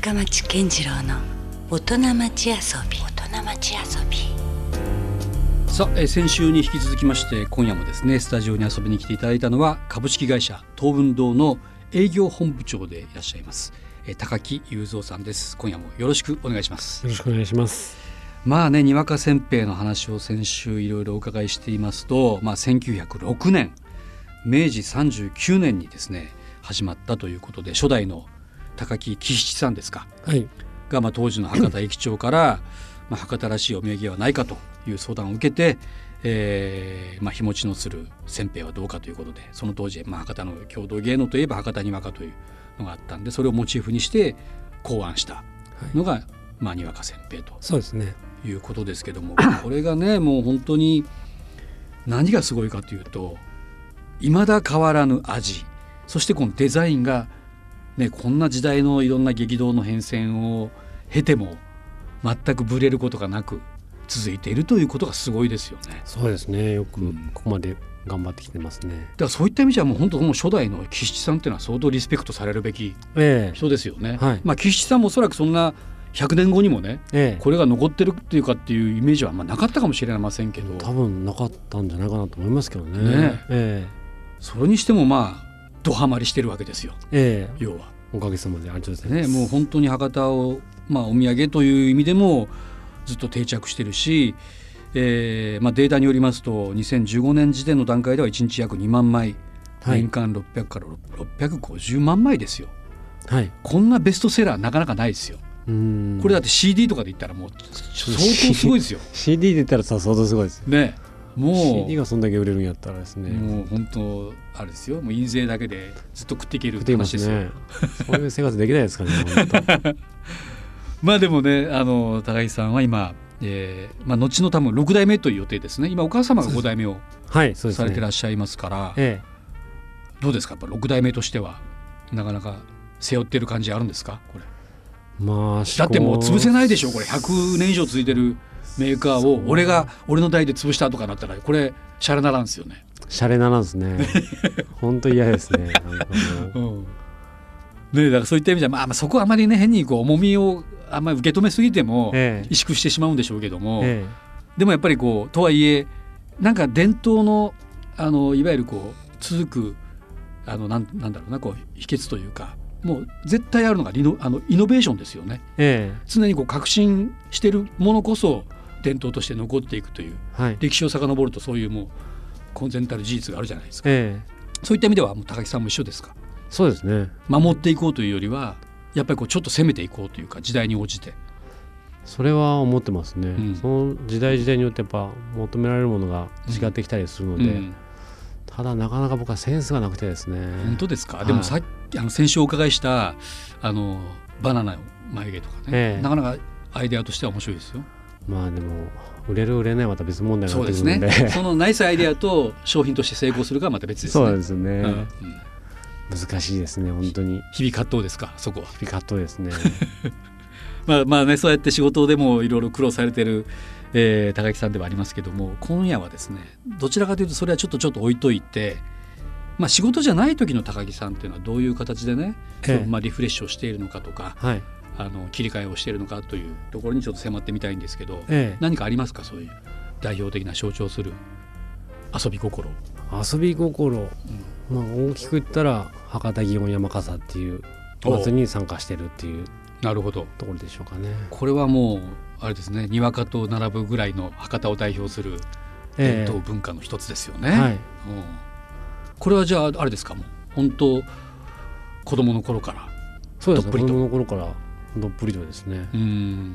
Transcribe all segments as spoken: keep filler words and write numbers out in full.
深町健次郎の大人町遊び大人町遊び。 さあ、えー、先週に引き続きまして今夜もですねスタジオに遊びに来ていただいたのは株式会社東文堂の営業本部長でいらっしゃいます、えー、高木雄三さんです。今夜もよろしくお願いします。 よろしくお願いします。 まあね、にわかせんべいの話を先週いろいろお伺いしていますと、まあ、せんきゅうひゃくろくねんめいじさんじゅうきゅうねんにですね始まったということで、初代の高木喜七さんですか、 はい、 が、まあ、当時の博多駅長から、まあ、博多らしいお土産はないかという相談を受けて、えーまあ、日持ちのするせんべいはどうかということで、その当時、まあ、博多の郷土芸能といえば博多にわかというのがあったんで、それをモチーフにして考案したのが、はい、まあ、にわかせんべいとそうですねいうことですけども、これがねもう本当に何がすごいかというと、未だ変わらぬ味、そしてこのデザインが、ね、こんな時代のいろんな激動の変遷を経ても全くブレることがなく続いているということがすごいですよね。 そうですね、よくここまで頑張ってきてますね、うん、だからそういった意味じゃもう本当もう初代の喜七さんっていうのは相当リスペクトされるべき人ですよね、えーはい、まあ、喜七さんもおそらくそんなひゃくねんごにもね、ええ、これが残ってるっていうかっていうイメージはまあなかったかもしれませんけど、 多分なかったんじゃないかなと思いますけどね、 ね、 ええ、 それにしてもまあドハマりしてるわけですよ、ええ、要はおかげさまでありがとうございます、 ね、もう本当に博多を、まあ、お土産という意味でもずっと定着してるし、えーまあ、データによりますとにせんじゅうごねん時点の段階ではいちにち約にまんまい、はい、年間ろっぴゃくからろっぴゃくごじゅうまんまいですよ、はい、こんなベストセラーなかなかないですよ。うん、これだって シーディー とかで言ったらもう相当すごいですよシーディー で言ったらさ相当すごいですよね。もうシーディー がそんだけ売れるんやったらですね、 もう本当あれですよ、もう印税だけでずっと食っていけるって話ですよ、ね、 そういう生活できないですかねまあでもね、あの高木さんは今、えーまあ、後の多分ろくだいめという予定ですね。今お母様がごだいめをされてらっしゃいますから、はい、ええ、どうですか、やっぱろくだいめとしてはなかなか背負ってる感じあるんですかこれ。 まあ、 だってもう潰せないでしょこれ。ひゃくねん以上続いてるメーカーを俺が俺の代で潰したとかなったらこれシャレならんですよね。 シャレならんですね本当嫌ですねなんかもう、 うん、ね、だからそういった意味では、まあ、まあそこはあまりね変にこう重みをあんまり受け止めすぎても萎縮してしまうんでしょうけども、ええ、でもやっぱりこうとはいえなんか伝統の、あのいわゆるこう続くあの なん, なんだろうなこう秘訣というか、もう絶対あるのがリノあのイノベーションですよね、ええ、常にこう革新しているものこそ伝統として残っていくという、はい、歴史を遡るとそういうもうコンセンタル事実があるじゃないですか、ええ、そういった意味ではもう高木さんも一緒ですか。 そうですね、 守っていこうというよりはやっぱりこうちょっと攻めていこうというか、時代に応じて。 それは思ってますね、うん、その時代時代によってやっぱ求められるものが違ってきたりするので、うんうん、ただなかなか僕はセンスがなくてですね。 本当ですか、はい、でもさあの先週お伺いしたあのバナナの眉毛とかね、ええ、なかなかアイデアとしては面白いですよ。 まあでも売れる売れないはまた別問題になってくるので、 そうですね、そのナイスアイデアと商品として成功するかはまた別ですね。 そうですね、うんうん、難しいですね本当に。 日々葛藤ですかそこは。 日々葛藤ですねまあまあね、そうやって仕事でもいろいろ苦労されてる、えー、高木さんではありますけども、今夜はですねどちらかというとそれはちょっとちょっと置いといて、まあ、仕事じゃない時の高木さんっていうのはどういう形でね、ええ、まあ、リフレッシュをしているのかとか、はい、あの切り替えをしているのかというところにちょっと迫ってみたいんですけど、ええ、何かありますかそういう代表的な象徴する遊び心。 遊び心、うん、まあ、大きく言ったら博多祇園山笠っていうお祭りに参加してるっていうなるほどところでしょうかね。これはもうあれですね、にわかと並ぶぐらいの博多を代表する伝統文化の一つですよね、えーはい、うん、これはじゃああれですか、もう本当子供の頃からそうですね、子供の頃からどっぷりとですね。 うん、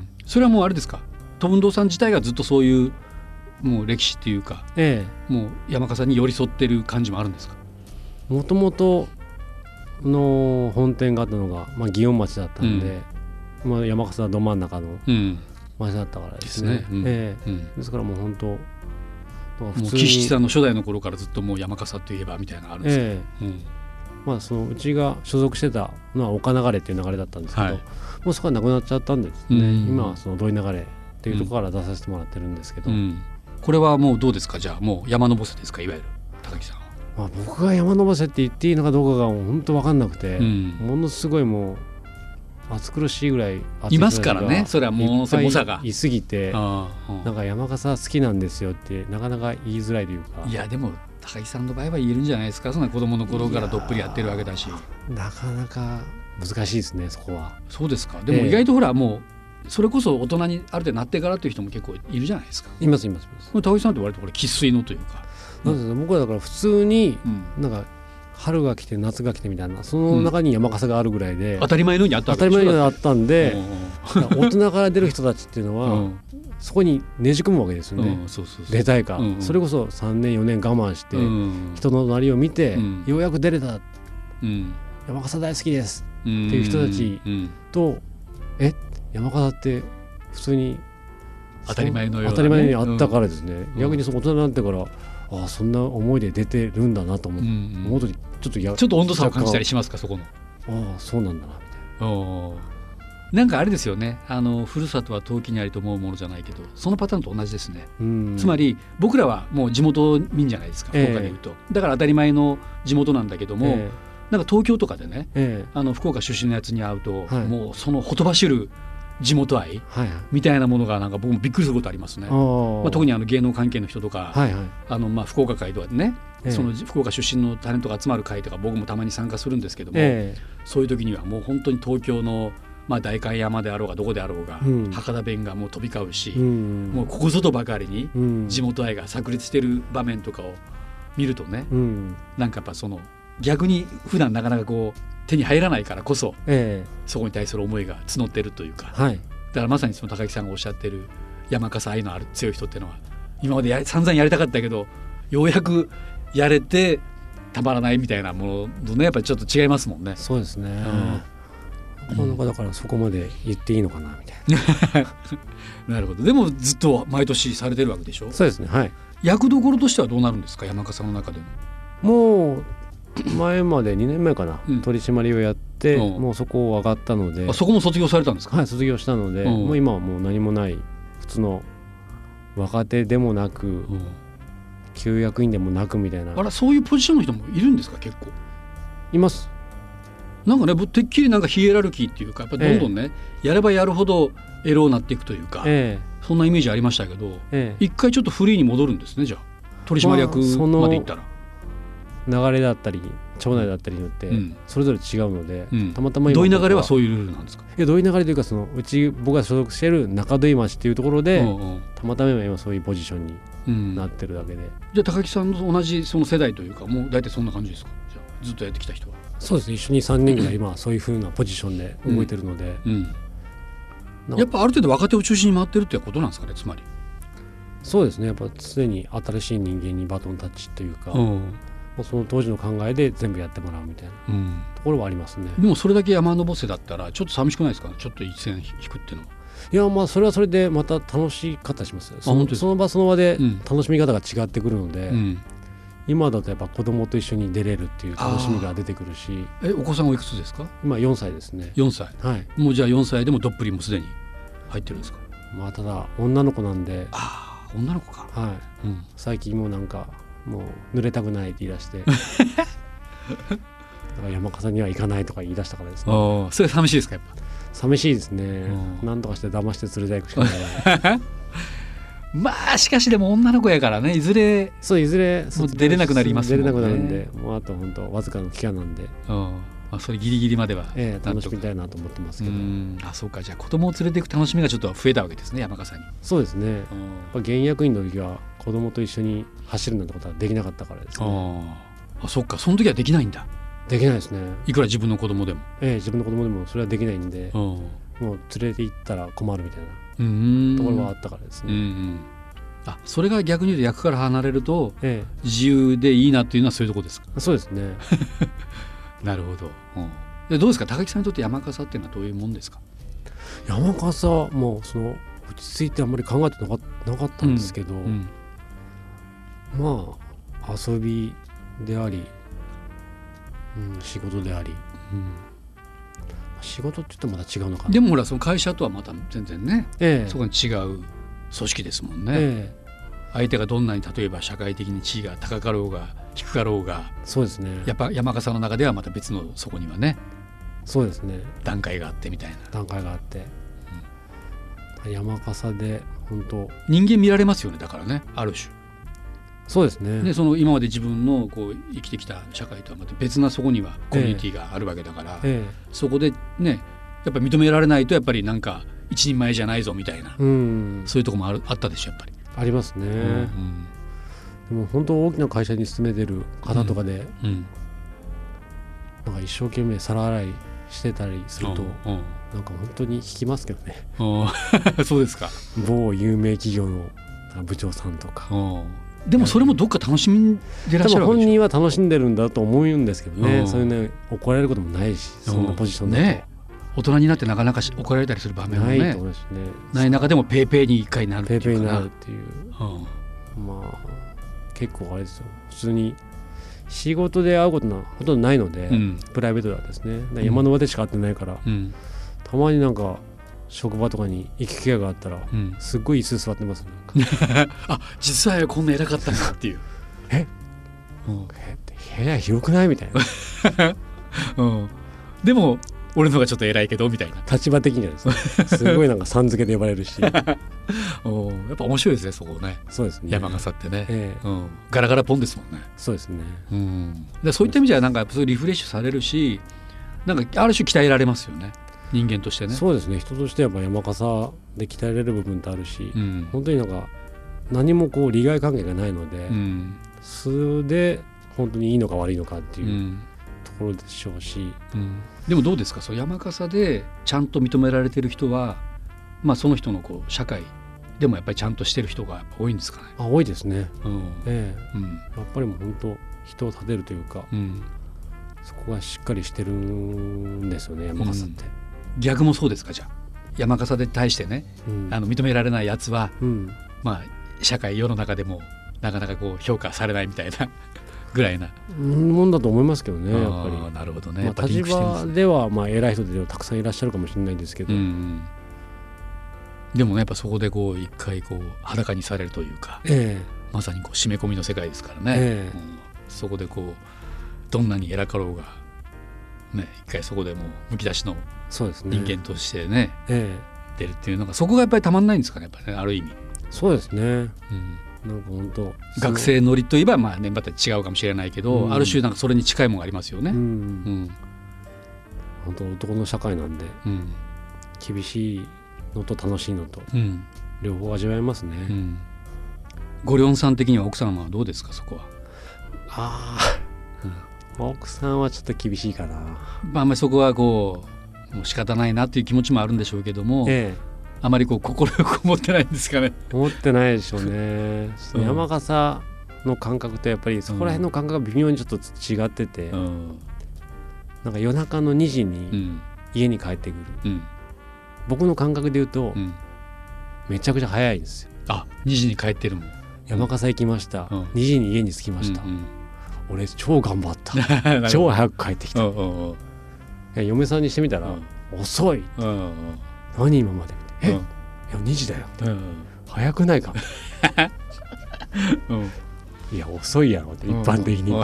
それはもうあれですか、東文堂さん自体がずっとそういうもう歴史っていうか、ええ、もう山笠に寄り添ってる感じもあるんですか。 もともとの本店があったのが、まあ、祇園町だったんで、うん、まあ、山笠ど真ん中の町だったからですね、うん、ええ、うん、ですからもう本当もう木七さんの初代の頃からずっともう山笠といえばみたいなのがあるんですけど、ええ、うん、 まあ、そのうちが所属してたのは岡流れっていう流れだったんですけど、はい、もうそこはなくなっちゃったんでですね、うん、今はその土井流れっていうところから出させてもらってるんですけど、うんうん、 これはもうどうですか、じゃあもう山のぼせですか、いわゆる高木さんは。 まあ、僕が山のぼせって言っていいのかどうかが本当分かんなくて、うん、ものすごいもう暑苦しいぐらい暑いますからね。それはものすごい猛者がいすぎて、 あ、うん、 なんか山笠好きなんですよってなかなか言いづらいというか。 いやでも高木さんの場合は言えるんじゃないですか。そんな子供の頃からどっぷりやってるわけだし。 なかなか難しいですね、そこは。 そうですか。でも意外とほら、もうそれこそ大人にある程度なってからという人も結構いるじゃないですか。 いますいますいます。 高木さんって割とこれ生粋のというか、 なんですか、僕はだから普通になんか春が来て夏が来てみたいな、その中に山笠があるぐらいで、 うん、当たり前のようにあったわけでしょ。当たり前のようにあったんで、大人から出る人たちっていうのは、うん、そこにねじ込むわけですよね、うん、そうそうそう、出たいか、うんうん、それこそさんねんよねん我慢して、うん、人のなりを見て、うん、ようやく出れた、うん、山笠大好きですっていう人たちと、うん、え山笠って普通に当たり前のような、ね、 当たり前にあったからですね、うん、逆にその大人になってからああそんな思いで出てるんだなと思って、うんうん、思うとちょっとやちょっと温度差を感じたりしますか、そこの。 ああそうなんだなみたいな。 なんかあれですよね、あのふるさとは遠きにありと思うものじゃないけど、そのパターンと同じですね。つまり僕らはもう地元民じゃないですか、福岡でいうと、えー、だから当たり前の地元なんだけども、えー、なんか東京とかでね、えー、あの福岡出身のやつに会うと、はい、もうそのほとばしる地元愛、はい、みたいなものがなんか僕もびっくりすることありますね。まあ、特にあの芸能関係の人とか、はいはい、あのまあ福岡会とかね、えー、その福岡出身のタレントが集まる会とか僕もたまに参加するんですけども、えー、そういう時にはもう本当に東京のまあ、代官山であろうがどこであろうが、うん、博多弁がもう飛び交うし、うん、もうここぞとばかりに地元愛が炸裂してる場面とかを見るとね、うん、なんかやっぱその逆に普段なかなかこう手に入らないからこそ、ええ、そこに対する思いが募ってるというか、はい、だからまさにその高木さんがおっしゃってる山笠愛のある強い人っていうのは今までや散々やりたかったけどようやくやれてたまらないみたいなものとね、やっぱりちょっと違いますもんね。 そうですね、うんなんかだからそこまで言っていいのかなみたいななるほど。でもずっと毎年されてるわけでしょ。 そうですね、はい。 役どころとしてはどうなるんですか、山笠の中でも。もう前までにねんまえかな、うん、取締りをやって、うん、もうそこを上がったので。 あ、そこも卒業されたんですか。 はい、卒業したので、うん、もう今はもう何もない普通の若手でもなく、うん、旧役員でもなくみたいな。 あら、そういうポジションの人もいるんですか。結構います。 なんかね、てっきりなんかヒエラルキーっていうか、やっぱどんどんね、ええ、やればやるほどエロになっていくというか、ええ、そんなイメージありましたけど、ええ、一回ちょっとフリーに戻るんですね。じゃあ取締役までいったら、 まあ、流れだったり町内だったりによってそれぞれ違うので、うん、たまたま今どういう流れはそういうルールなんですか。 いや、どういう流れというか、そのうち僕が所属している中戸井町っていうところで、うんうん、たまたま今そういうポジションになってるだけで、うん、 じゃあ高木さんと同じその世代というか、もう大体そんな感じですか。じゃあずっとやってきた人は。 そうですね、一緒にさんにんが今そういう風なポジションで動いてるので、うんうん、やっぱある程度若手を中心に回ってるってことなんですかね。つまりそうですね、やっぱ常に新しい人間にバトンタッチというか、うん、その当時の考えで全部やってもらうみたいなところはありますね、 うん、でもそれだけ山登せだったらちょっと寂しくないですかね。ちょっと一線引くっていうのは。 いや、まあそれはそれでまた楽しかったりします。その、その場その場で楽しみ方が違ってくるので、うん、今だとやっぱ子供と一緒に出れるっていう楽しみが出てくるし。 え、お子さんおいくつですか。 今よんさいですね。 よんさい、はい、もうじゃあよんさいでもどっぷりもすでに入ってるんですか。 まあただ女の子なんで。 ああ、女の子か。 はい、うん、最近もなんかもう濡れたくないって言い出してだから山笠には行かないとか言い出したからですね。 あ、それ寂しいですか。やっぱ寂しいですね。なんとかして騙して連れていくしかないまあしかしでも女の子やからね、いずれそういずれもう出れなくなりますもんね。 出れなくなるんで、もうあと本当わずかの期間なんで、 うん、まあ、それギリギリまでは、 ええ、楽しみたいなと思ってますけど。うん、 あ、そうか。じゃあ子供を連れていく楽しみがちょっと増えたわけですね、山笠に。 そうですね、うん、やっぱ現役員の時は子供と一緒に走るなんてことはできなかったからですね。 ああ、そっか。その時はできないんだ。 できないですね。 いくら自分の子供でも。 ええ、自分の子供でもそれはできないんで、うん、もう連れて行ったら困るみたいなところはあったからですね。うんうん、 あ、それが逆に言うと役から離れると自由でいいなっていうのはそういうところですか。 そうですねなるほど、うん、でどうですか、高木さんにとって山笠っていうのはどういうもんですか。 山笠もその落ち着いてあんまり考えてなか、なかったんですけど、うんうん、まあ遊びであり、うん、仕事であり、うん、仕事って言ってもまた違うのかな。 でもほら、その会社とはまた全然ね、ええ、そこに違う組織ですもんね、ええ、相手がどんなに例えば社会的に地位が高かろうが低かろうが、 そうですね、 やっぱ山笠の中ではまた別のそこにはねそうですね、 段階があってみたいな段階があって、うん、山笠で本当人間見られますよね。だからね、ある種そうですね。 でその今まで自分のこう生きてきた社会とはまた別なそこにはコミュニティがあるわけだから、ええええ、そこでねやっぱり認められないとやっぱりなんか一人前じゃないぞみたいな、うん、そういうところもあるあったでしょやっぱり。 ありますね、うんうん、でも本当大きな会社に勤めてる方とかで、うんうん、なんか一生懸命皿洗いしてたりすると、うんうん、なんか本当に引きますけどねそうですか。 某有名企業の部長さんとか。 でもそれもどっか楽しんでらっしゃるわけでしょ。 本人は楽しんでるんだと思うんですけどね、そういうね怒られることもないし、そんなポジションだと、ね、大人になってなかなか怒られたりする場面もねないと思うしね、 ない中でもペーペーに一回なるっていうかな、 ペーペーになるっていう、うん、まあ結構あれですよ、普通に仕事で会うことはほとんどないので、うん、プライベートではですね、山の上でしか会ってないから、うん、たまになんか職場とかに行く機会があったら、うん、すっごい椅子座ってます、ね、 あ、実はこんな偉かったんだっていうえ、うん、部屋広くないみたいな、 うん、でも俺の方がちょっと偉いけどみたいな立場的にはですねすごいなんかさん付けで呼ばれるしおやっぱ面白いですねそこね。 そうですね、 山笠ってね、えーうん、ガラガラポンですもんね。 そうですね、 うん、でそういった意味ではなんかそういうリフレッシュされるし、なんかある種鍛えられますよね人間としてね。 そうですね、人としてはやっぱ山笠で鍛えられる部分ってあるし、うん、本当になんか何もこう利害関係がないので、うん、素で本当にいいのか悪いのかっていう、うんところでしょうし、 うん、でもどうですか、そう山笠でちゃんと認められてる人は、まあ、その人のこう社会でもやっぱりちゃんとしてる人がやっぱ多いんですかね。 あ、多いですね、うんええうん、 やっぱりもう本当人を立てるというか、うん、そこがしっかりしてるんですよね山笠って、 うん、逆もそうですか。じゃあ山笠で対してね、うん、あの認められないやつは、うんまあ、社会世の中でもなかなかこう評価されないみたいなぐらいなもんだと思いますけどね。やっぱりなるほどね、 まあ、立場ではまあ偉い人でたくさんいらっしゃるかもしれないですけど、うんうん、 でもねやっぱそこでこう一回こう裸にされるというか、えー、まさにこう締め込みの世界ですからね、えーうん、そこでこうどんなに偉かろうが、ね、一回そこでもうむき出しの人間としてね、えー、出るっていうのがそこがやっぱりたまんないんですかね、やっぱりね、ある意味。 そうですね、うんなんか本当学生乗りといえばまあ年齢違うかもしれないけど、うん、ある種なんかそれに近いものがありますよね、うんうん、 本当男の社会なんで、うん、厳しいのと楽しいのと、うん、両方味わえますね、うん、 ごりょんさん的には奥さんはどうですかそこは。 あ、うん、奥さんはちょっと厳しいかな、 まあ、あんまりそこはこうもう仕方ないなっていう気持ちもあるんでしょうけども、ええあまりこう心よく思ってないんですかね。 思ってないでしょうね、うん、山笠の感覚とやっぱりそこら辺の感覚が微妙にちょっと違ってて、うん、なんか夜中のにじに家に帰ってくる、うん、僕の感覚で言うと、うん、めちゃくちゃ早いんですよ。 あ、にじに帰ってるもん。 山笠行きました、うん、にじに家に着きました、うんうん、俺超頑張った超早く帰ってきた、うんうんうん、嫁さんにしてみたら、うん、遅い、うんうん、何今までえ、うん、いやにじだよ、うん、早くないか、うん、いや遅いやろって一般的に、うん、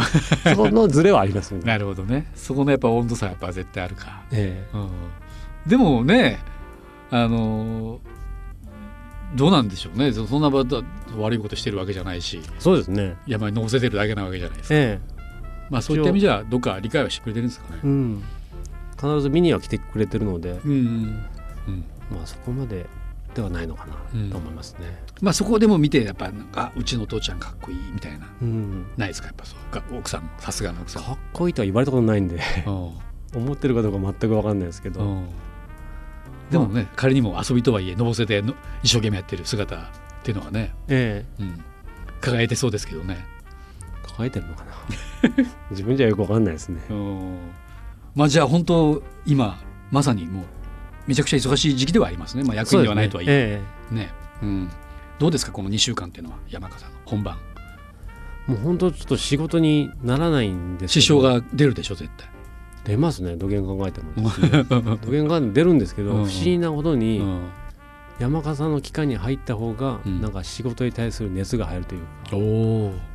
そのズレはありますよね。 なるほどね、そこのやっぱ温度差やっぱ絶対あるか、ええうん、でもねあのー、どうなんでしょうね、そんな悪いことしてるわけじゃないし、 そうですね、 山に乗せてるだけなわけじゃないですか、ええまあ、そういった意味じゃどっか理解はしてくれてるんですかね、うん、 必ず見には来てくれてるので、うんうんうんまあ、そこまでではないのかなと思いますね、 うんまあ、そこでも見てやっぱなんかうちの父ちゃんかっこいいみたいな、うん、ないですかやっぱそう奥さんもさすがの奥さんかっこいいとは言われたことないんで思ってるかどうか全く分かんないですけど、 でもね、まあ、仮にも遊びとはいえのぼせての一生懸命やってる姿っていうのはね、ええうん、輝いてそうですけどね。 輝いてるのかな自分じゃよく分かんないですね。 まあじゃあ本当今まさにもうめちゃくちゃ忙しい時期ではありますね、まあ、役員ではないとはいえ、ねええうん、どうですかこのにしゅうかんっていうのは山笠の本番。 もう本当ちょっと仕事にならないんですけど、 支障が出るでしょ絶対。 出ますね、どげん考えてもですねどげん考えても出るんですけど、うん、不思議なほどに、うん、山笠の期間に入った方が、うん、なんか仕事に対する熱が入るというか、お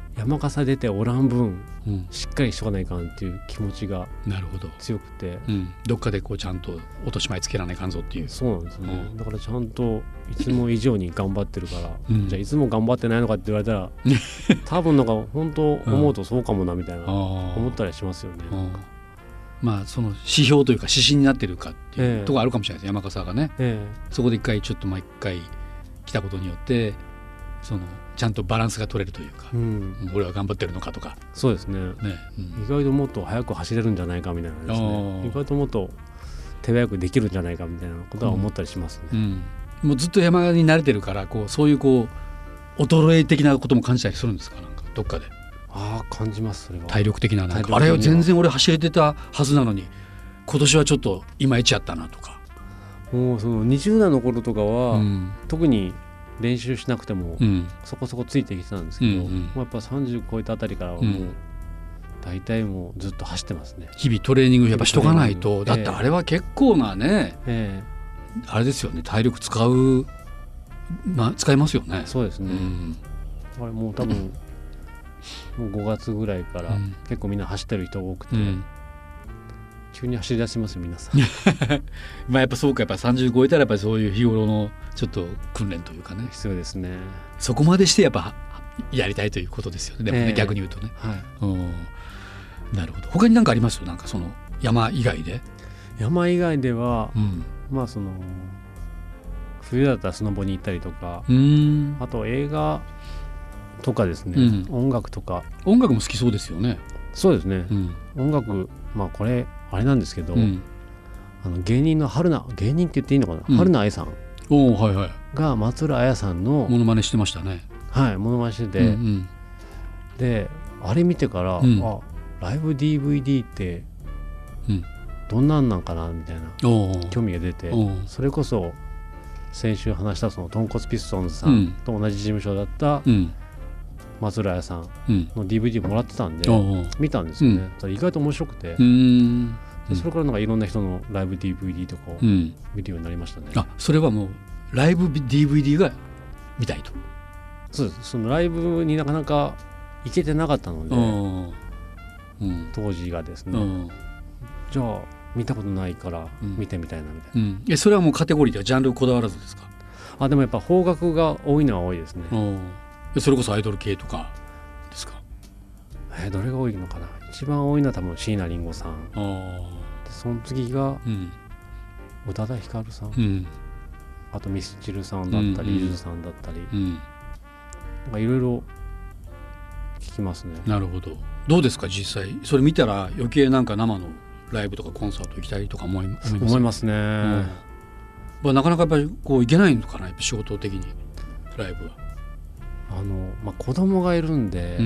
山笠出ておらん分、うん、しっかりしとかないかんっていう気持ちが強くて、 うん、どっかでこうちゃんと落とし前つけられないかんぞっていう。 そうなんですね、うん、だからちゃんといつも以上に頑張ってるから、うん、じゃあいつも頑張ってないのかって言われたら多分なんか本当思うとそうかもなみたいな、うん、思ったりしますよね。 まあその指標というか指針になってるかっていうところあるかもしれないです、えー、山笠がね、えー、そこで一回ちょっと毎回来たことによってそのちゃんとバランスが取れるというか、うん、俺は頑張ってるのかとか。 そうですね、ね、うん、意外ともっと速く走れるんじゃないかみたいなですね、意外ともっと手早くできるんじゃないかみたいなことは思ったりしますね、うんうん、もうずっと山に慣れてるからこうそういうこう衰え的なことも感じたりするんですか、なんかどっかで。 ああ感じます。それは体力的な、なんかあれは全然俺走れてたはずなのに今年はちょっといまいちやったなとか。 もうそのにじゅう代の頃とかは、うん、特に練習しなくてもそこそこついてきてたんですけど、うんうん、もうやっぱさんじゅう超えたあたりからはもう大体もうずっと走ってますね。 日々トレーニングやっぱしとかないと、だってあれは結構なね、えー、あれですよね、体力使う、まあ、使いますよね。 そうですね、うん、あれもう多分、もうごがつぐらいから結構みんな走ってる人多くて、うん、急に走り出しますよ皆さんまあやっぱそうか、やっぱさんじゅう超えたらやっぱりそういう日頃のちょっと訓練というかね、 必要ですね。 そこまでしてやっぱやりたいということですよね。でもね、えー、逆に言うとね、はい、うん、なるほど。他に何かありますよ、なんかその山以外で。 山以外では、うん、まあその冬だったらスノボに行ったりとか、うん、あと映画とかですね、うん、音楽とか。 音楽も好きそうですよね。 そうですね、うん、音楽、まあこれあれなんですけど、うん、あの芸人の春菜、芸人って言っていいのかな、うん、春菜愛さんお、はいはい、 が松浦綾さんのモノマネしてましたね。 はい、モノマネしてて、うんうん、であれ見てから、うん、あライブ ディーブイディー ってどんなんなんかなみたいな興味が出て、それこそ先週話したそのトンコツピストンズさんと同じ事務所だった松浦綾さんの ディーブイディー もらってたんで、うん、見たんですよね、うん、意外と面白くて、うん、でそれからなんかいろんな人のライブ ディーブイディー とかを見るようになりましたね、うん、 あ、それはもうライブ ディーブイディー が見たいと。 そうです、そのライブになかなか行けてなかったので、うん、当時がですね、うん、じゃあ見たことないから見てみたいなみたいな、うんうん、それはもうカテゴリーではジャンルこだわらずですか。 あ、でもやっぱ邦楽が多いのは多いですね。 それこそアイドル系とかですか。 えー、どれが多いのかな。一番多いのは多分椎名林檎さんで、その次が宇多田ヒカルさん、うん、あとミスチルさんだったり、ゆず、うん、さんだったり、うん、なんかいろいろ聞きますね。 なるほど。どうですか実際それ見たら余計なんか生のライブとかコンサート行きたいとか思います、 思いますね、うん、 まあ、なかなかやっぱりこう行けないのかな、やっぱ仕事的にライブは。 あのまあ、子供がいるんで、うん、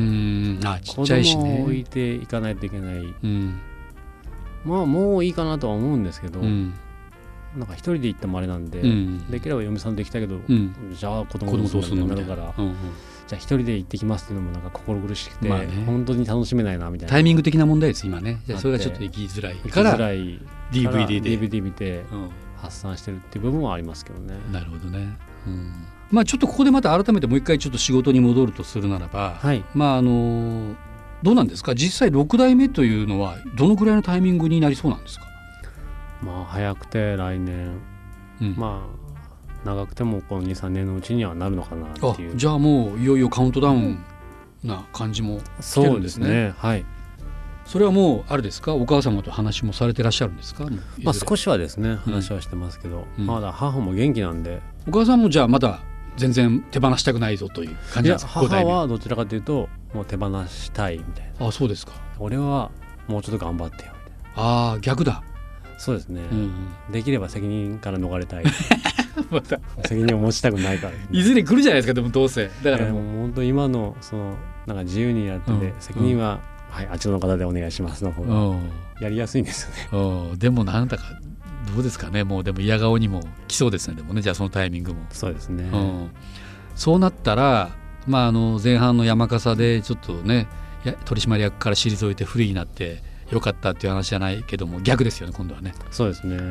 あ、ちっちゃいしね、子供を置いていかないといけない、うん、まあもういいかなとは思うんですけど、うん、なんか一人で行ってもあれなんで、うん、できれば嫁さんで行きたいけど、うん、じゃあ子供どうするのになるから、うんうん、じゃあ一人で行ってきますっていうのもなんか心苦しくて、まあね、本当に楽しめないなみたいな。 タイミング的な問題です今ね。じゃあそれがちょっと行きづらいから ディーブイディー でディーブイディー 見て発散してるっていう部分はありますけどね、 うん、なるほどね、うん、まあ、ちょっとここでまた改めてもう一回ちょっと仕事に戻るとするならば、はい、まああのどうなんですか実際ろく代目というのはどのくらいのタイミングになりそうなんですか。 まあ早くて来年、うん、まあ長くてもこの にさんねんのうちにはなるのかなっていう。 あ、じゃあもういよいよカウントダウンな感じも来てるんですね。そうですね、はい。それはもうあれですか、お母様と話もされてらっしゃるんですか。 まあ、少しはですね話はしてますけど、うん、まだ母も元気なんで。 お母さんもじゃあまだ全然手放したくないぞという感じなんですか。 いや、母はどちらかというともう手放したいみたいな。 あ、そうですか。 俺はもうちょっと頑張ってよみたいな。 ああ、逆だ。 そうですね、うんうん、できれば責任から逃れたいまた責任を持ちたくないから、ね、 いずれ来るじゃないですか。でもどうせだからもう本当今のそのなんか自由にやってて、うん、責任は、うん、はい、あちらの方でお願いしますの方がやりやすいんですよね。でもなんだかどうですかね。もうでも嫌顔にも来そうですね。でもね、じゃあそのタイミングも。 そうですね、 うん、そうなったら、まあ、あの前半の山笠でちょっとね取締役から退いてフリーになってよかったっていう話じゃないけども、逆ですよね今度はね。 そうですね、うん、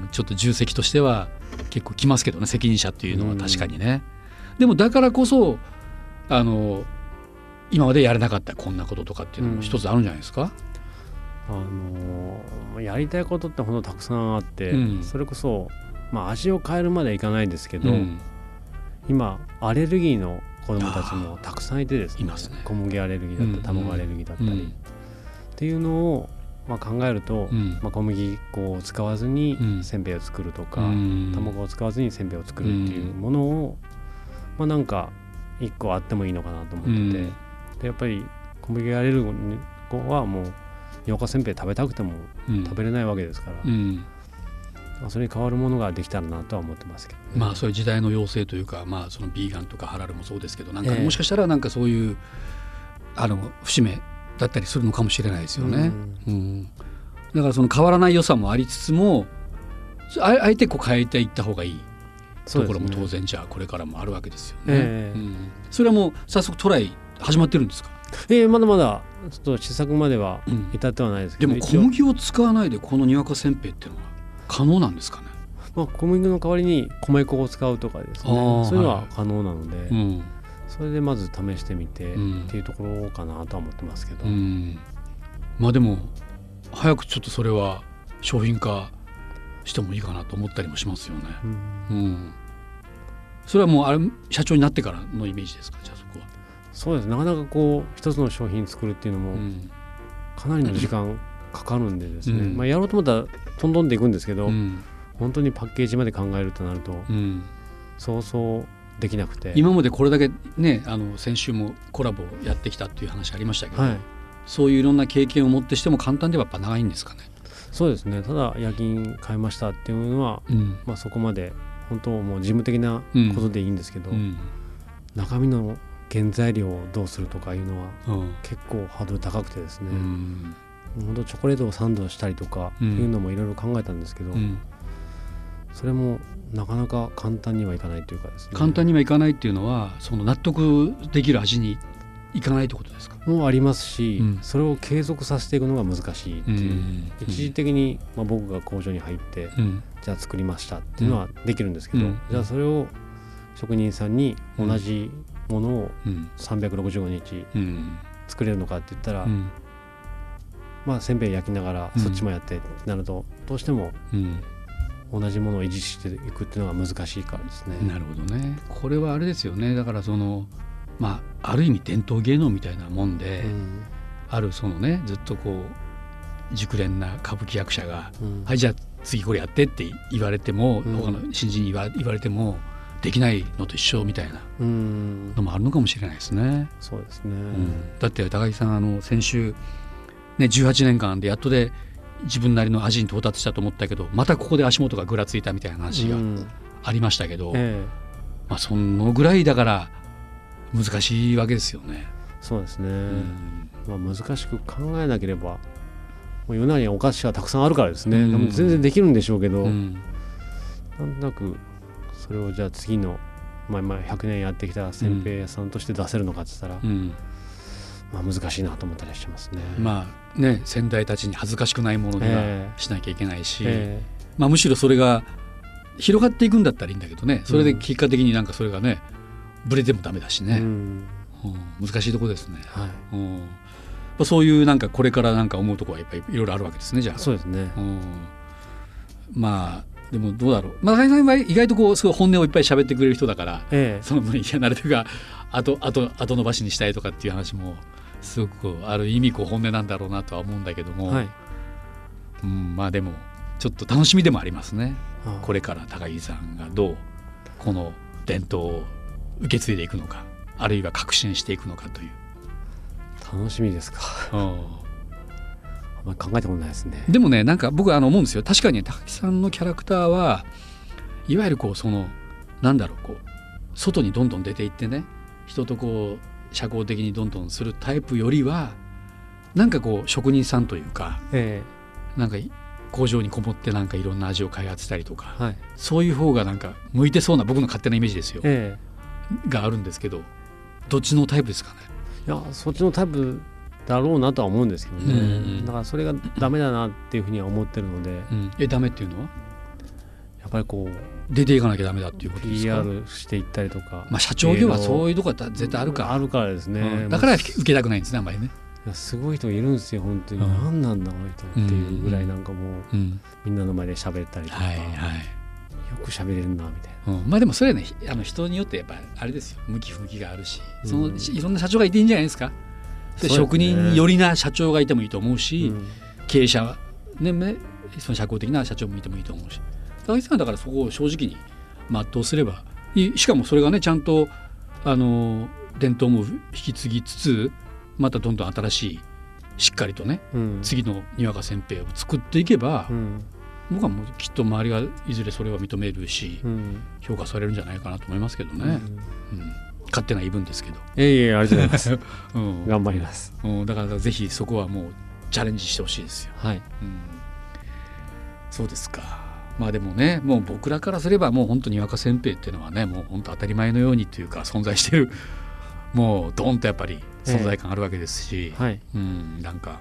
ちょっと重責としては結構きますけどね、責任者っていうのは確かにね、うん、でもだからこそあの今までやれなかったこんなこととかっていうのも一つあるんじゃないですか。 うん、あのー、やりたいことって本当たくさんあって、うん、それこそ、まあ、味を変えるまではいかないですけど、うん、今アレルギーの子どもたちもたくさんいてですね、いますね。小麦アレルギーだったり、卵アレルギーだったり、うんうん、っていうのを、まあ、考えると、うんまあ、小麦粉を使わずにせんべいを作るとか、うん、卵を使わずにせんべいを作るっていうものを、まあ、なんか一個あってもいいのかなと思ってて、うん、でやっぱり小麦アレルギー子はもうようかせんべい食べたくても食べれないわけですから、うんうん、それに変わるものができたらなとは思ってますけど、ね、 まあそういう時代の要請というか、まあ、そのビーガンとかハラルもそうですけど、なんかもしかしたらなんかそういう、えー、あの節目だったりするのかもしれないですよね、うんうん、だからその変わらない良さもありつつもあえてこう変えていった方がいいところも当然じゃあこれからもあるわけですよね、えーうん、それはもう早速トライ始まってるんですか。 えー、まだまだちょっと試作までは至ってはないですけど、 うん、でも小麦を使わないでこのにわかせんべいっていうのは可能なんですかね。 まあ、小麦の代わりに米粉を使うとかですね、そういうのは可能なので、はいうん、それでまず試してみてっていうところかなとは思ってますけど、うん、 まあでも早くちょっとそれは商品化してもいいかなと思ったりもしますよね、うんうん、それはもうあれ社長になってからのイメージですか。じゃあそこはそうです。なかなかこう一つの商品作るっていうのもかなりの時間かかるんでですね、うんまあ、やろうと思ったらトントンでいくんですけど、うん、本当にパッケージまで考えるとなると、うん、そうそうできなくて、 今までこれだけねあの先週もコラボやってきたっていう話ありましたけど、はい、そういういろんな経験を持ってしても簡単ではやっぱ長いんですかね。 そうですね。ただ夜勤変えましたっていうのは、うんまあ、そこまで本当もう事務的なことでいいんですけど、うんうん、中身の原材料をどうするとかいうのは結構ハードル高くてですね、うん、本当チョコレートをサンドしたりとかいうのもいろいろ考えたんですけど、うん、それもなかなか簡単にはいかないというかですね。 簡単にはいかないっていうのはその納得できる味にいかないってことですか。 もうありますし、うん、それを継続させていくのが難しいっていう、うん、一時的に、まあ、僕が工場に入って、うん、じゃあ作りましたっていうのはできるんですけど、うん、じゃあそれを職人さんに同じものをさんびゃくろくじゅうごにち作れるのかって言ったら、うん、まあせんべい焼きながらそっちもやってってなるとどうしても同じものを維持していくっていうのが難しいからですね。 なるほどね。これはあれですよね。だからそのまあ、ある意味伝統芸能みたいなもんで、うん、あるそのねずっとこう熟練な歌舞伎役者が、うん、はいじゃあ次これやってって言われても、うん、他の新人に言わ、言われてもできないのと一緒みたいなのもあるのかもしれないですね。 そうですね、うん、 だって高木さんあの先週、ね、じゅうはちねんかんでやっとで自分なりの味に到達したと思ったけどまたここで足元がぐらついたみたいな話がありましたけど、うんええまあ、そのぐらいだから難しいわけですよね。 そうですね、うんまあ、難しく考えなければもう世の中にお菓子はたくさんあるからですね、うん、でも全然できるんでしょうけど、うん、なんとなくそれをじゃあ次の、まあ、今ひゃくねんやってきたせんべい屋さんとして出せるのかって言ったら、うんまあ、難しいなと思ったりしてますね。 まあね先代たちに恥ずかしくないものにはしなきゃいけないし、えーまあ、むしろそれが広がっていくんだったらいいんだけどねそれで結果的になんかそれがねブレてもダメだしね、うんうん、難しいところですね、はいうん、そういうなんかこれからなんか思うところはいっぱいいろいろあるわけですね。じゃあそうですね、うん、 まあでもどうだろう、まあ、高木さんは意外とこうすごい本音をいっぱい喋ってくれる人だから、ええ、その分いやなるべく後後後伸ばしにしたいとかっていう話もすごくある意味こう本音なんだろうなとは思うんだけども、はいうん、まあでもちょっと楽しみでもありますね、はあ、これから高木さんがどうこの伝統を受け継いでいくのかあるいは革新していくのかという。 楽しみですか。あんまり考えたことないですね。 でもねなんか僕はあの思うんですよ。確かに高木さんのキャラクターはいわゆるこうそのなんだろうこう外にどんどん出ていってね人とこう社交的にどんどんするタイプよりはなんかこう職人さんというか、ええ、なんか工場にこもってなんかいろんな味を開発したりとか、はい、そういう方がなんか向いてそうな僕の勝手なイメージですよ、ええがあるんですけどどっちのタイプですかね。 いやそっちのタイプだろうなとは思うんですけどね、うんうん、だからそれがダメだなっていうふうには思ってるので、 うん、えダメっていうのはややっぱりこう出ていかなきゃダメだっていうことですか。 ピーアール していったりとか、 まあ、社長業はそういうとこは絶対あるかあるからですね、 うん、だから受けたくないんですねあんまりね。 いやすごい人いるんですよ本当に、うん、何なんだこの人っていうぐらいなんかもう、うん、みんなの前で喋ったりとか、はいはい、よく喋れるなみたいな、 うん、まあでもそれはねあの人によってやっぱあれですよ向き不向きがあるし、そのいろんな社長がいていいんじゃないですか。で職人寄りな社長がいてもいいと思うし、うん、経営者は、ね、その社交的な社長もいてもいいと思うし、高木さんはだからそこを正直に全うすればいい。しかもそれがねちゃんとあの伝統も引き継ぎつつまたどんどん新しいしっかりとね、うん、次のにわかせんべいを作っていけば、うん、僕はもうきっと周りがいずれそれは認めるし、うん、評価されるんじゃないかなと思いますけどね、うんうん、勝手な言い分ですけど。 いえいえありがとうございます、うん、頑張ります、 うん、だからぜひそこはもうチャレンジしてほしいですよ。はい、うん、そうですか。まあでもねもう僕らからすればもう本当ににわかせんべいっていうのはねもう本当当たり前のようにというか存在しているもうドンとやっぱり存在感あるわけですし、えーはいうん、なんか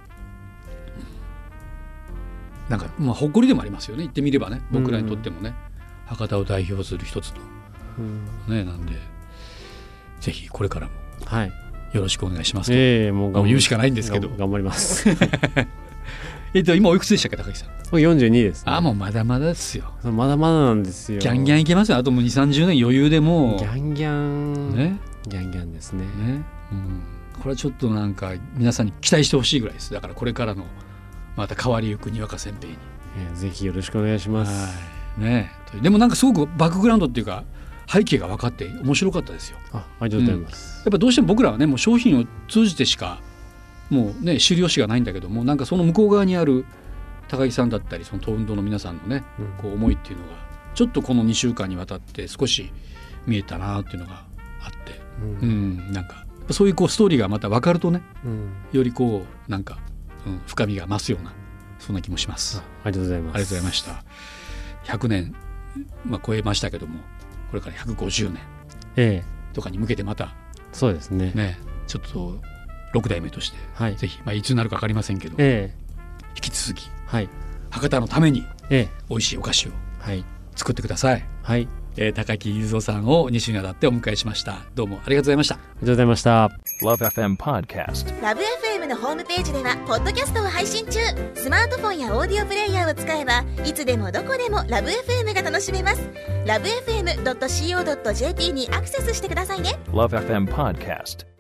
なんかまあ誇りでもありますよね言ってみればね僕らにとってもね、うん、博多を代表する一つと、うんね、なんでぜひこれからもよろしくお願いしますと、えー、もうもう言うしかないんですけど頑張りますえっと今おいくつでしたっけ高木さん。 よんじゅうにです、ね、 あもうまだまだですよ。 まだまだなんですよ。 ギャンギャンいけますよ。あともうにじゅうさんじゅうねん余裕でもうギャンギャンねギャンギャンですね。ね、 うん、これはちょっとなんか皆さんに期待してほしいぐらいです。だからこれからのまた変わりゆくにわかせんべいに、 えー、ぜひよろしくお願いします。 はいね、でもなんかすごくバックグラウンドっていうか背景が分かって面白かったですよ。 あ、ありがとうございます、 うん、やっぱどうしても僕らはねもう商品を通じてしかもうね知る由がないんだけどもなんかその向こう側にある高木さんだったりその東運動の皆さんのね、うん、こう思いっていうのがちょっとこのにしゅうかんにわたって少し見えたなっていうのがあって、うんうん、なんかそういうこうストーリーがまた分かるとね、うん、よりこうなんか、うん、深みが増すようなそんな気もします。 あ, ありがとうございます。 ありがとうございました。ひゃくねん、まあ、超えましたけどもこれからひゃくごじゅうねんとかに向けてまた、 ええ、そうです ね, ねちょっとろく代目として、はい、ぜひ、まあ、いつになるか分かりませんけど、ええ、引き続き、はい、博多のために美味しいお菓子を作ってください。はい、えー、高木雄三さんをに週にわたってお迎えしました。どうもありがとうございました。ありがとうございました。 ラブエフエム Podcast。 ラブ エフエム のホームページではポッドキャストを配信中。スマートフォンやオーディオプレイヤーを使えばいつでもどこでもラブ エフエム が楽しめます。 ラブエフエムドットシーオードットジェーピー にアクセスしてくださいね。 ラブエフエム Podcast。